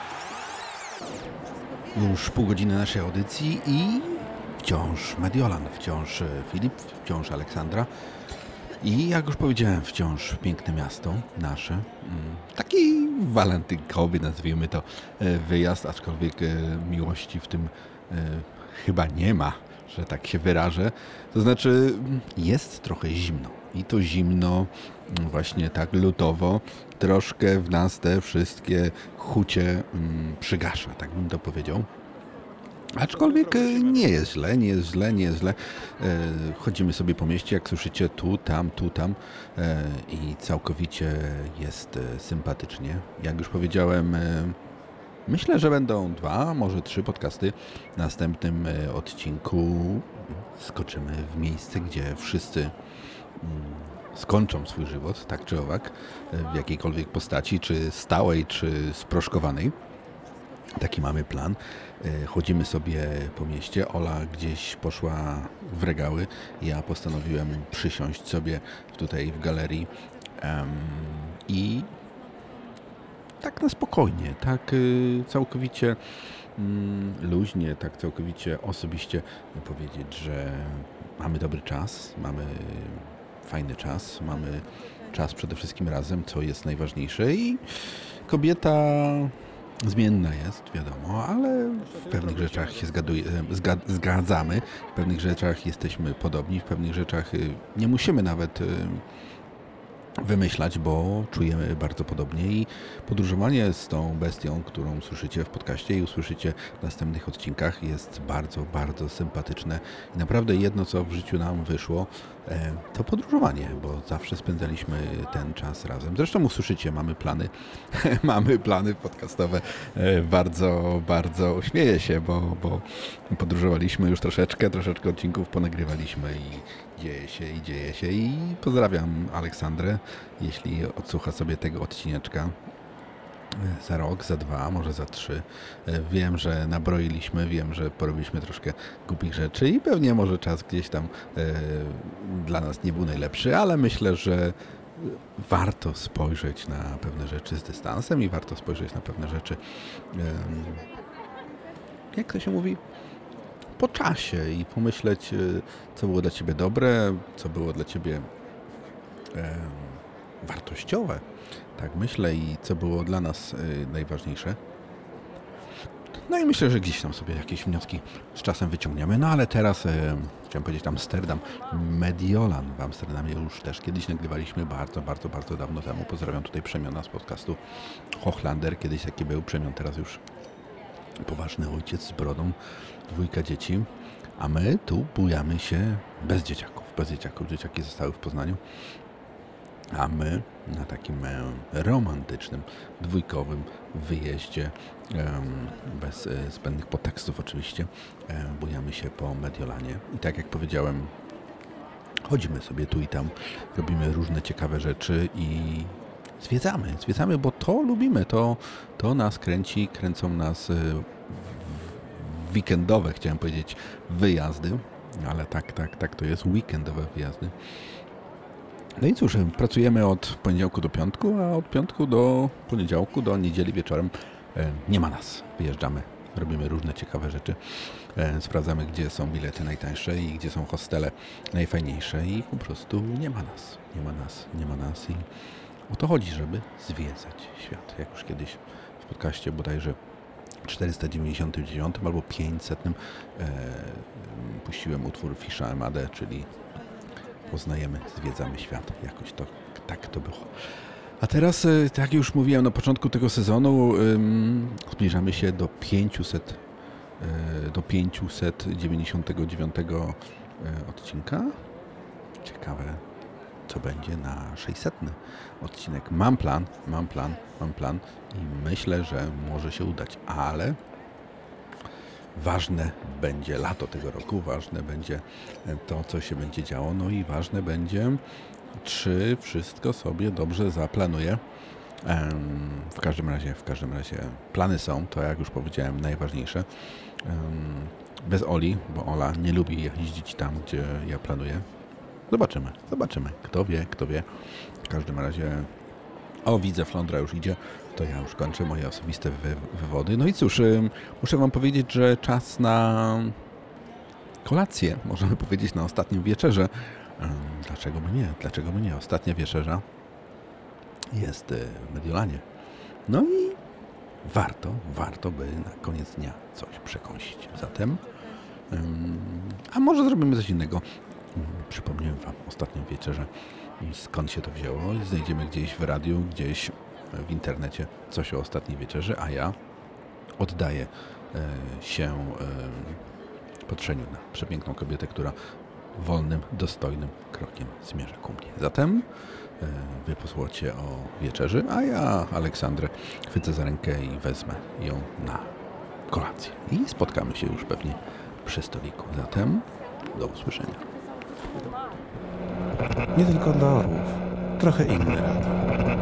Już pół godziny naszej audycji i wciąż Mediolan, wciąż Filip, wciąż Aleksandra. I jak już powiedziałem, wciąż piękne miasto nasze. Taki walentynkowy, nazwijmy to, wyjazd, aczkolwiek miłości w tym chyba nie ma, że tak się wyrażę. To znaczy jest trochę zimno i to zimno właśnie tak lutowo troszkę w nas te wszystkie chucie przygasza, tak bym to powiedział. Aczkolwiek nie jest źle. Chodzimy sobie po mieście, jak słyszycie, tu, tam i całkowicie jest sympatycznie. Jak już powiedziałem, myślę, że będą 2, może 3 podcasty. W następnym odcinku skoczymy w miejsce, gdzie wszyscy skończą swój żywot, tak czy owak, w jakiejkolwiek postaci, czy stałej, czy sproszkowanej. Taki mamy plan. Chodzimy sobie po mieście. Ola gdzieś poszła w regały. Ja postanowiłem przysiąść sobie tutaj w galerii i tak na spokojnie, tak całkowicie luźnie, tak całkowicie osobiście powiedzieć, że mamy dobry czas, mamy fajny czas, mamy czas przede wszystkim razem, co jest najważniejsze i kobieta zmienna jest, wiadomo, ale w pewnych rzeczach się zgadzamy, w pewnych rzeczach jesteśmy podobni, w pewnych rzeczach nie musimy nawet wymyślać, bo czujemy bardzo podobnie i podróżowanie z tą bestią, którą słyszycie w podcaście i usłyszycie w następnych odcinkach, jest bardzo, bardzo sympatyczne i naprawdę jedno, co w życiu nam wyszło, to podróżowanie, bo zawsze spędzaliśmy ten czas razem. Zresztą usłyszycie, mamy plany podcastowe. Bardzo, bardzo śmieję się, bo podróżowaliśmy już troszeczkę odcinków ponagrywaliśmy i dzieje się i pozdrawiam Aleksandrę, jeśli odsłucha sobie tego odcineczka za rok, za 2, może za 3. Wiem, że nabroiliśmy, wiem, że porobiliśmy troszkę głupich rzeczy i pewnie może czas gdzieś tam dla nas nie był najlepszy, ale myślę, że warto spojrzeć na pewne rzeczy z dystansem i warto spojrzeć na pewne rzeczy, jak to się mówi, po czasie i pomyśleć, co było dla Ciebie dobre, co było dla Ciebie wartościowe. Tak myślę i co było dla nas najważniejsze. No i myślę, że gdzieś tam sobie jakieś wnioski z czasem wyciągniemy. No ale teraz chciałem powiedzieć Amsterdam, Mediolan w Amsterdamie już też kiedyś nagrywaliśmy bardzo, bardzo, bardzo dawno temu. Pozdrawiam tutaj Przemiona z podcastu Hochlander. Kiedyś taki był Przemion, teraz już poważny ojciec z brodą, 2 dzieci. A my tu bujamy się bez dzieciaków. Dzieciaki zostały w Poznaniu. A my na takim romantycznym, 2-kowym wyjeździe, bez zbędnych podtekstów oczywiście, bujamy się po Mediolanie. I tak jak powiedziałem, chodzimy sobie tu i tam, robimy różne ciekawe rzeczy i zwiedzamy, bo to lubimy, to nas kręcą nas weekendowe, chciałem powiedzieć, wyjazdy, ale tak to jest, weekendowe wyjazdy. No i cóż, pracujemy od poniedziałku do piątku, a od piątku do poniedziałku, do niedzieli wieczorem nie ma nas. Wyjeżdżamy, robimy różne ciekawe rzeczy, sprawdzamy, gdzie są bilety najtańsze i gdzie są hostele najfajniejsze i po prostu nie ma nas i o to chodzi, żeby zwiedzać świat. Jak już kiedyś w podcaście bodajże 499 albo 500 puściłem utwór Fisza Emade, czyli poznajemy, zwiedzamy świat. Jakoś to, tak to było. A teraz, tak jak już mówiłem na początku tego sezonu, zbliżamy się do 599 odcinka. Ciekawe, co będzie na 600 odcinek. Mam plan i myślę, że może się udać, ale ważne będzie lato tego roku, ważne będzie to, co się będzie działo, no i ważne będzie, czy wszystko sobie dobrze zaplanuję. W każdym razie plany są, to jak już powiedziałem, najważniejsze. Bez Oli, bo Ola nie lubi jeździć tam, gdzie ja planuję. Zobaczymy. Kto wie. W każdym razie, widzę, Flądra już idzie, to ja już kończę moje osobiste wywody. No i cóż, muszę Wam powiedzieć, że czas na kolację, możemy powiedzieć, na ostatnią wieczerzę. Dlaczego by nie? Ostatnia wieczerza jest w Mediolanie. No i warto by na koniec dnia coś przekąsić. Zatem, a może zrobimy coś innego. Przypomniałem Wam ostatnią wieczerzę, skąd się to wzięło. Znajdziemy gdzieś w radiu, gdzieś w internecie coś o ostatniej wieczerzy, a ja oddaję się patrzeniu na przepiękną kobietę, która wolnym, dostojnym krokiem zmierza ku mnie. Zatem wy posłuchacie o wieczerzy, a ja Aleksandrę chwycę za rękę i wezmę ją na kolację. I spotkamy się już pewnie przy stoliku. Zatem do usłyszenia. Nie tylko dla orłów, trochę inne radio.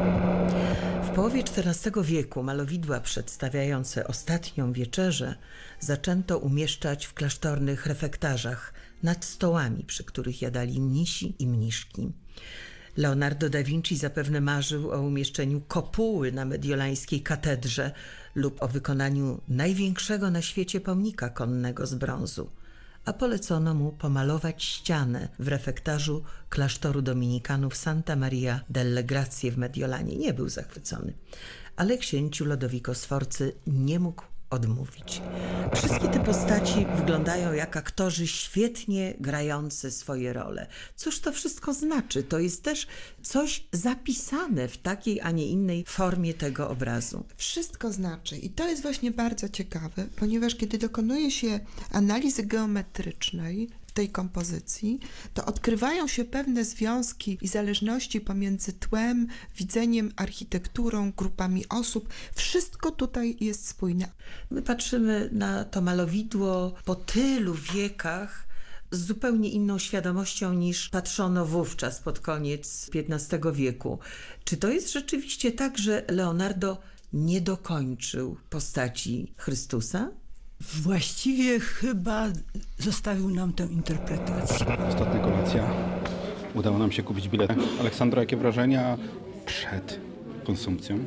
W połowie XIV wieku malowidła przedstawiające ostatnią wieczerzę zaczęto umieszczać w klasztornych refektarzach nad stołami, przy których jadali mnisi i mniszki. Leonardo da Vinci zapewne marzył o umieszczeniu kopuły na mediolańskiej katedrze lub o wykonaniu największego na świecie pomnika konnego z brązu, a polecono mu pomalować ścianę w refektarzu klasztoru dominikanów Santa Maria delle Grazie w Mediolanie. Nie był zachwycony, ale księciu Lodovico Sforcy nie mógł odmówić. Wszystkie te postaci wyglądają jak aktorzy świetnie grający swoje role. Cóż to wszystko znaczy? To jest też coś zapisane w takiej, a nie innej formie tego obrazu. Wszystko znaczy i to jest właśnie bardzo ciekawe, ponieważ kiedy dokonuje się analizy geometrycznej w tej kompozycji, to odkrywają się pewne związki i zależności pomiędzy tłem, widzeniem, architekturą, grupami osób. Wszystko tutaj jest spójne. My patrzymy na to malowidło po tylu wiekach z zupełnie inną świadomością niż patrzono wówczas pod koniec XV wieku. Czy to jest rzeczywiście tak, że Leonardo nie dokończył postaci Chrystusa? Właściwie chyba zostawił nam tę interpretację. Ostatnia kolacja. Udało nam się kupić bilet. Aleksandra, jakie wrażenia przed konsumpcją?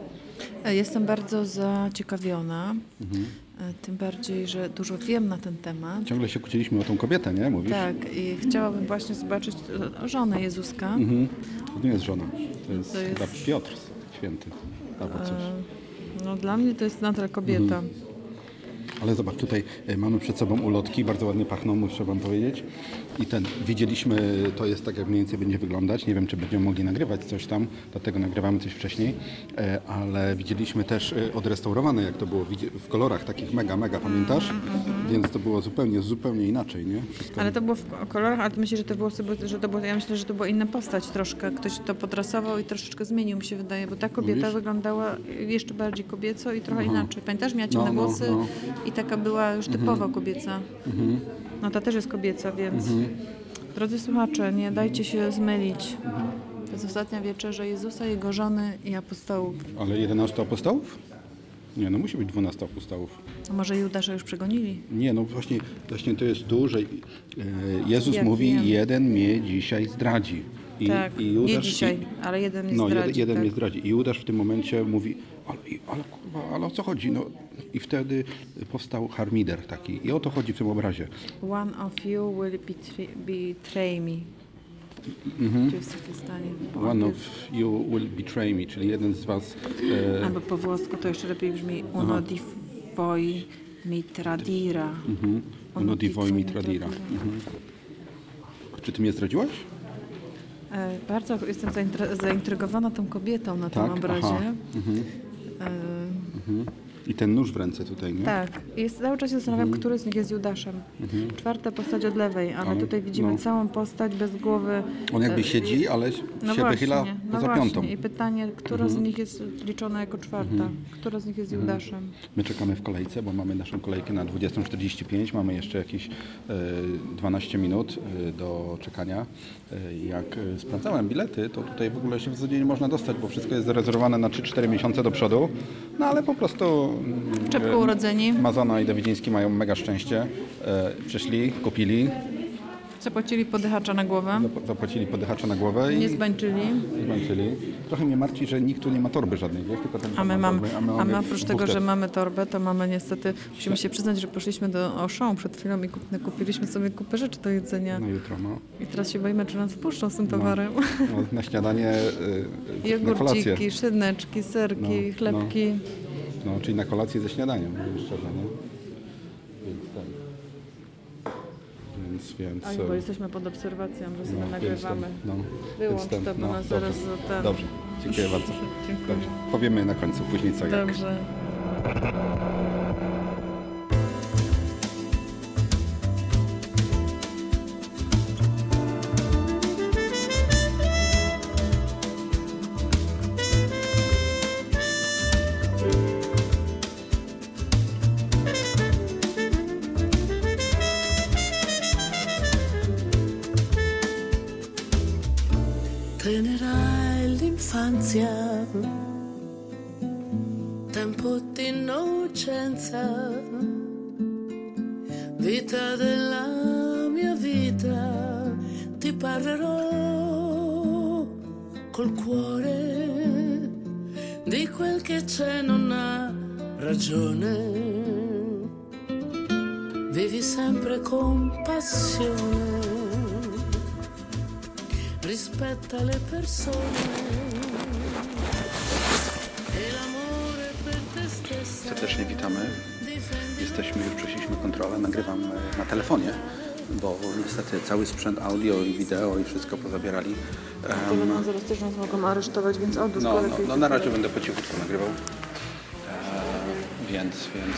Jestem bardzo zaciekawiona. Tym bardziej, że dużo wiem na ten temat. Ciągle się kłóciliśmy o tą kobietę, nie? Mówisz? Tak, i chciałabym właśnie zobaczyć żonę Jezuska. To nie jest żona, to jest chyba Piotr Święty albo coś. No dla mnie to jest nadal kobieta. Ale zobacz, tutaj mamy przed sobą ulotki, bardzo ładnie pachną, muszę wam powiedzieć. I widzieliśmy, to jest tak, jak mniej więcej będzie wyglądać. Nie wiem, czy będziemy mogli nagrywać coś tam, dlatego nagrywamy coś wcześniej. Ale widzieliśmy też odrestaurowane, jak to było w kolorach takich mega, pamiętasz? Więc to było zupełnie inaczej, nie? Wszystko... Ale to było w kolorach, ale myślę, że to było ja myślę, że to była inna postać troszkę. Ktoś to podrasował i troszeczkę zmienił, mi się wydaje, bo ta kobieta wyglądała jeszcze bardziej kobieco i trochę inaczej. Pamiętasz? Miała ciemne włosy i taka była już typowo kobieca. No ta też jest kobieca, więc drodzy słuchacze, nie dajcie się zmylić. To jest ostatnia wieczerza Jezusa, Jego żony i apostołów. Ale 11 apostołów? Nie, no musi być 12 apostołów. A może Judasza już przegonili? Nie, no właśnie to jest tu, że Jezus mówi, jeden mnie dzisiaj zdradzi. I Judasz, nie dzisiaj, ale jeden mnie zdradzi. Jeden mnie zdradzi. I Judasz w tym momencie mówi, ale o co chodzi? No, i wtedy powstał harmider taki. I o to chodzi w tym obrazie. One of you will betray me. To jest takie zdanie. One of you will betray me, czyli jeden z was... Albo po włosku to jeszcze lepiej brzmi uno di voi mi tradira. Uno di voi mi tradira. Czy ty mnie zdradziłaś? Bardzo jestem zaintrygowana tą kobietą na tym obrazie. I ten nóż w ręce tutaj, nie? Tak. Cały czas się zastanawiam, który z nich jest Judaszem. Czwarta postać od lewej, ale tutaj widzimy całą postać bez głowy. On jakby siedzi, ale się wychyla poza piątą. I pytanie, która z nich jest liczona jako czwarta? Która z nich jest Judaszem? My czekamy w kolejce, bo mamy naszą kolejkę na 20:45. Mamy jeszcze jakieś 12 minut do czekania. Jak sprawdzałem bilety, to tutaj w ogóle się w zasadzie nie można dostać, bo wszystko jest zarezerwowane na 3-4 miesiące do przodu. No ale po prostu Czepko urodzeni. Mazana i Dawidziński mają mega szczęście. Przyszli, kupili. Zapłacili podychacza na głowę. Zapłacili podychacza na głowę. Nie zbańczyli. Trochę mnie martwi, że nikt tu nie ma torby żadnej, wiesz? Tylko ten a my oprócz tego, że mamy torbę, to mamy niestety, musimy się przyznać, że poszliśmy do Auchan przed chwilą i kupiliśmy sobie kupę rzeczy do jedzenia. No jutro, I teraz się boimy, czy nas wpuszczą z tym towarem. Na śniadanie, na kolację. Jogurciki, szyneczki, serki, chlebki. No, czyli na kolację ze śniadaniem, szczerze, nie? Więc... Oj, bo jesteśmy pod obserwacją, że sobie nagrywamy. Wyłącz to, bo nas zaraz... Dobrze, dziękuję bardzo. Dziękuję. Dobrze. Powiemy na końcu, później co jak. Dobrze. infanzia, tempo di innocenza, vita della mia vita, ti parlerò col cuore di quel che c'è, non ha ragione, vivi sempre con passione, rispetta le persone e l'amore per te stessa. Serdecznie witamy. Jesteśmy, już przeszliśmy kontrolę, nagrywam na telefonie, bo niestety cały sprzęt audio i wideo i wszystko pozabierali. Zaraz też nas mogą aresztować, więc odłóż go lepiej. No na razie będę po cichutku nagrywał. Więc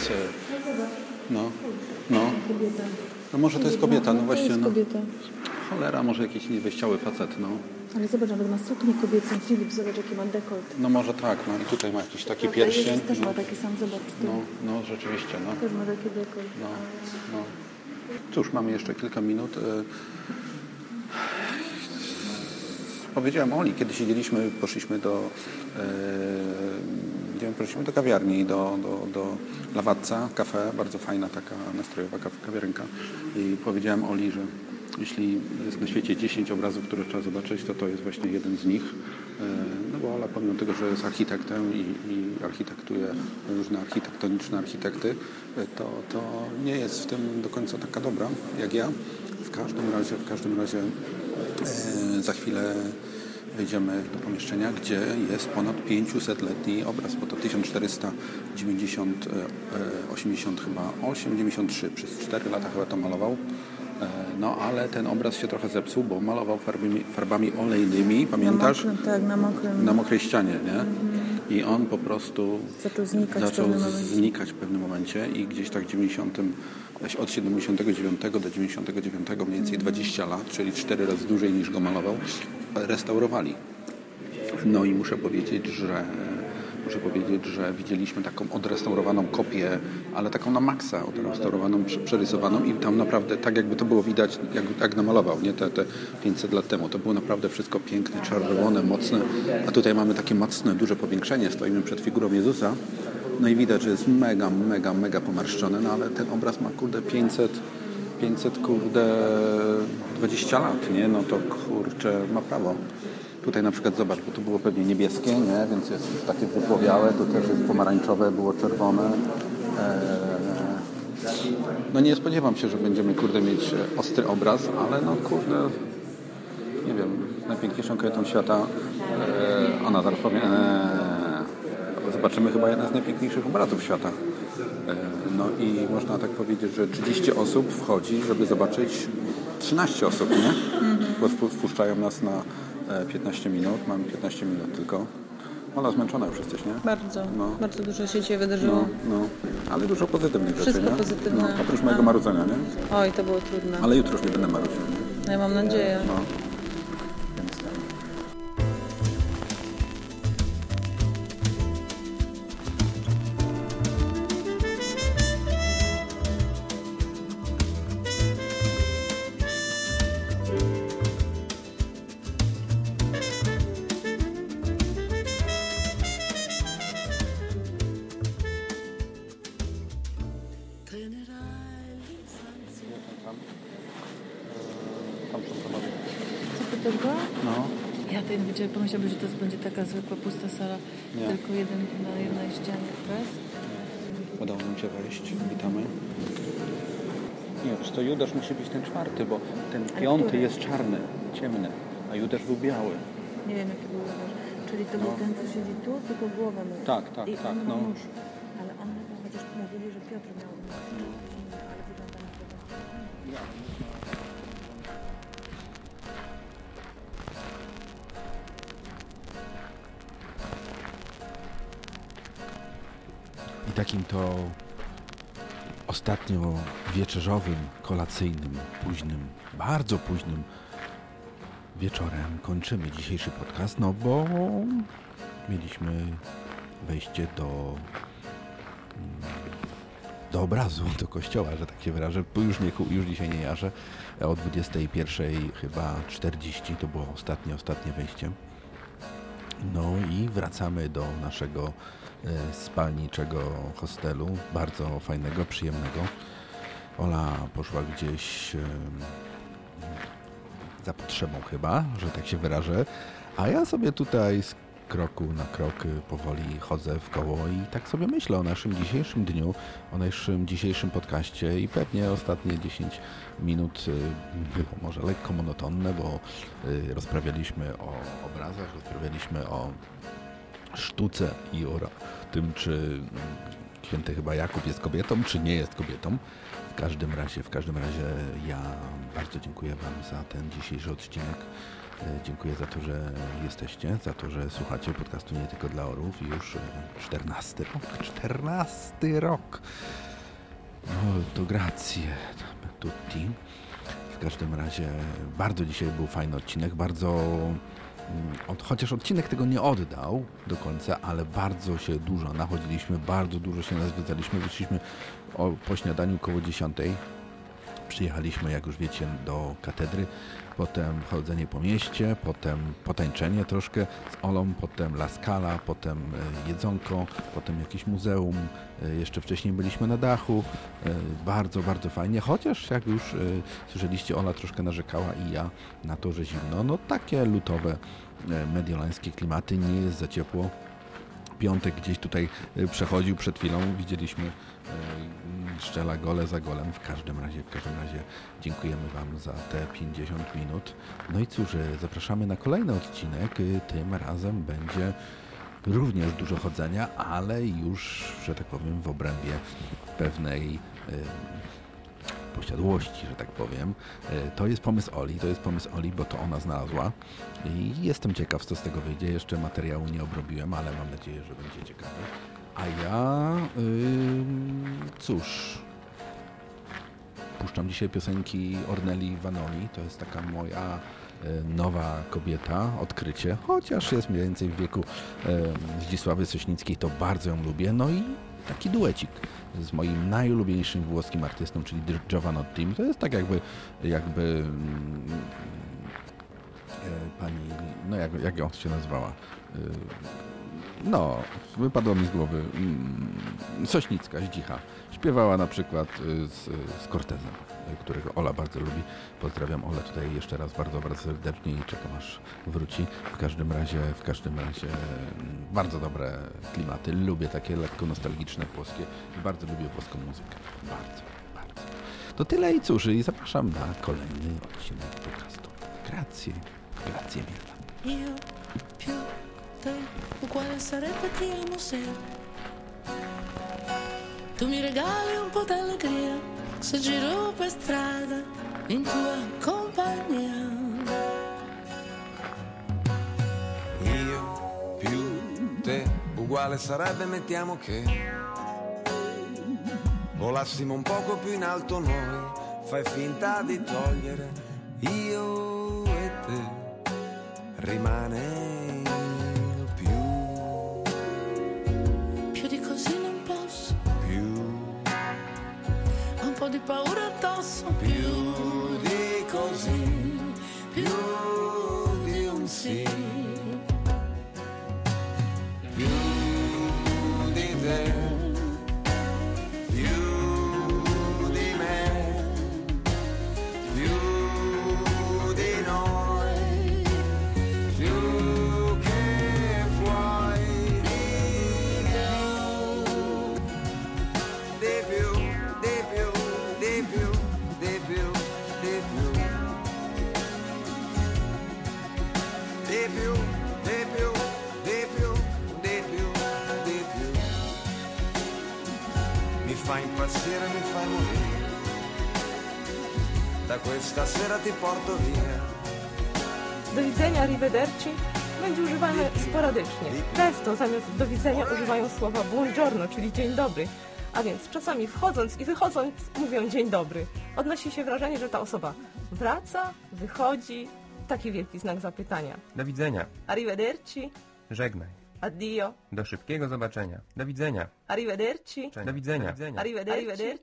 no może to jest kobieta, no właśnie. To jest kobieta. Cholera, może jakiś niewejściały facet, no. Ale zobacz, nawet ma suknię kobiecą. Filip, zobacz, jaki ma dekolt. No może tak, no i tutaj ma jakiś taki pierścień. Jezus też ma taki sam, zobacz. No rzeczywiście, no. Też ma taki dekolt. No. Cóż, mamy jeszcze kilka minut. Powiedziałem Oli, kiedy siedzieliśmy, poszliśmy do kawiarni, do Lawatca, kafe, bardzo fajna taka nastrojowa kawiarenka. I powiedziałem Oli, że jeśli jest na świecie 10 obrazów, które trzeba zobaczyć, to jest właśnie jeden z nich. No bo Ola, pomimo tego, że jest architektem i architektuje różne architektoniczne architekty, to nie jest w tym do końca taka dobra jak ja. W każdym razie za chwilę wejdziemy do pomieszczenia, gdzie jest ponad 500-letni obraz, bo to 1493, przez 4 lata chyba to malował. No ale ten obraz się trochę zepsuł, bo malował farbami olejnymi, pamiętasz? Na mokrej ścianie, nie? I on po prostu zaczął znikać w pewnym momencie i gdzieś tak od 79 do 99 mniej więcej 20 lat, czyli 4 razy dłużej niż go malował, restaurowali. No i muszę powiedzieć, że widzieliśmy taką odrestaurowaną kopię, ale taką na maksa odrestaurowaną, przerysowaną i tam naprawdę tak jakby to było widać, jak namalował, nie te 500 lat temu. To było naprawdę wszystko piękne, czerwone, mocne, a tutaj mamy takie mocne, duże powiększenie. Stoimy przed figurą Jezusa, no i widać, że jest mega pomarszczone, no ale ten obraz ma 500 20 lat, nie? No to kurczę, ma prawo. Tutaj na przykład zobacz, bo tu było pewnie niebieskie, nie? Więc jest takie wypłowiałe, tu też jest pomarańczowe, było czerwone. No nie spodziewam się, że będziemy mieć ostry obraz, ale no kurde, nie wiem, najpiękniejszą kobietą świata, ona zaraz powie, zobaczymy chyba jeden z najpiękniejszych obrazów świata. No i można tak powiedzieć, że 30 osób wchodzi, żeby zobaczyć 13 osób, nie? Bo wpuszczają nas na 15 minut, mamy 15 minut tylko. Ona zmęczona już jesteś, nie? Bardzo dużo się dzisiaj wydarzyło. No, ale dużo pozytywnych rzeczy, Wszystko nie? pozytywne. No, oprócz mojego marudzenia, nie? Oj, to było trudne. Ale jutro już nie będę marudził, nie? Ja mam nadzieję. No. No. Ja to nie wiedziałem, pomyślałbym, że to będzie taka zwykła, pusta sala, tylko na jednej ścianie bez. Udało nam się wejść, witamy. Nie, wiesz co, Judasz musi być ten 4, bo ten 5 jest czarny, ciemny, a Judasz był biały. Nie wiem, jaki był Judasz. Czyli to był ten, co siedzi tu, tylko głowę ma. Tak, no. Nóż. Ale on chyba, chociaż mówili, że Piotr miał nóż. Ale wygląda na to. I takim to ostatnio wieczerzowym, kolacyjnym, późnym, bardzo późnym wieczorem kończymy dzisiejszy podcast, no bo mieliśmy wejście do obrazu, do kościoła, że tak się wyrażę. Już dzisiaj nie jarzę. O 21 chyba 40 to było ostatnie wejście. No i wracamy do naszego spalniczego hostelu, bardzo fajnego, przyjemnego. Ola poszła gdzieś za potrzebą chyba, że tak się wyrażę, a ja sobie tutaj z kroku na krok powoli chodzę w koło i tak sobie myślę o naszym dzisiejszym dniu, o naszym dzisiejszym podcaście i pewnie ostatnie 10 minut było może lekko monotonne, bo rozprawialiśmy o obrazach, rozprawialiśmy o sztuce i o tym, czy święty chyba Jakub jest kobietą, czy nie jest kobietą. W każdym razie ja bardzo dziękuję Wam za ten dzisiejszy odcinek. Dziękuję za to, że jesteście, za to, że słuchacie podcastu Nie Tylko Dla Orłów. Już 14 rok. To grazie tutti. W każdym razie bardzo dzisiaj był fajny odcinek, chociaż odcinek tego nie oddał do końca, ale bardzo się dużo nachodziliśmy, bardzo dużo się nazwiedzaliśmy, wyszliśmy po śniadaniu koło 10. Przyjechaliśmy, jak już wiecie, do katedry, potem chodzenie po mieście, potem potańczenie troszkę z Olą, potem La Scala, potem jedzonko, potem jakieś muzeum, jeszcze wcześniej byliśmy na dachu, bardzo, bardzo fajnie, chociaż jak już słyszeliście, Ola troszkę narzekała i ja na to, że zimno, no takie lutowe, mediolańskie klimaty, nie jest za ciepło. Piątek gdzieś tutaj przechodził przed chwilą, widzieliśmy, strzela gole za golem. W każdym razie dziękujemy Wam za te 50 minut. No i cóż, zapraszamy na kolejny odcinek. Tym razem będzie również dużo chodzenia, ale już, że tak powiem, w obrębie pewnej posiadłości, że tak powiem. To jest pomysł Oli, bo to ona znalazła i jestem ciekaw, co z tego wyjdzie. Jeszcze materiału nie obrobiłem, ale mam nadzieję, że będzie ciekawy. A ja, cóż, puszczam dzisiaj piosenki Ornelli Vanoni. To jest taka moja nowa kobieta, odkrycie, chociaż jest mniej więcej w wieku Zdzisławy Sośnickiej, to bardzo ją lubię. No i taki duecik z moim najulubieńszym włoskim artystą, czyli Giovanottim. To jest tak jakby pani, no jak ją się nazywała? No, wypadło mi z głowy. Sośnicka, Zdzicha. Śpiewała na przykład z Cortezem, którego Ola bardzo lubi. Pozdrawiam Olę tutaj jeszcze raz bardzo, bardzo serdecznie i czekam, aż wróci. W każdym razie bardzo dobre klimaty. Lubię takie lekko nostalgiczne włoskie i bardzo lubię włoską muzykę. Bardzo, bardzo. To tyle i cóż, i zapraszam na kolejny odcinek podcastu. Grazie mille. Uguale sarebbe ti amo se tu mi regali un po' d'allegria se giro per strada in tua compagnia. Io più te uguale sarebbe, mettiamo che volassimo un poco più in alto noi, fai finta di togliere io e te, rimane di paura addosso, più di così, più di un sì, più di te, più di me, più di noi, più che puoi di più. Mi fai impazzire, mi fai morire, da questa sera ti porto via. Do widzenia, arrivederci będzie używane sporadycznie. Często zamiast do widzenia używają słowa buongiorno, czyli dzień dobry. A więc czasami wchodząc i wychodząc mówią dzień dobry. Odnosi się wrażenie, że ta osoba wraca, wychodzi. Taki wielki znak zapytania. Do widzenia. Arrivederci. Żegnaj. Addio. Do szybkiego zobaczenia. Do widzenia. Arrivederci. Do widzenia. Arrivederci.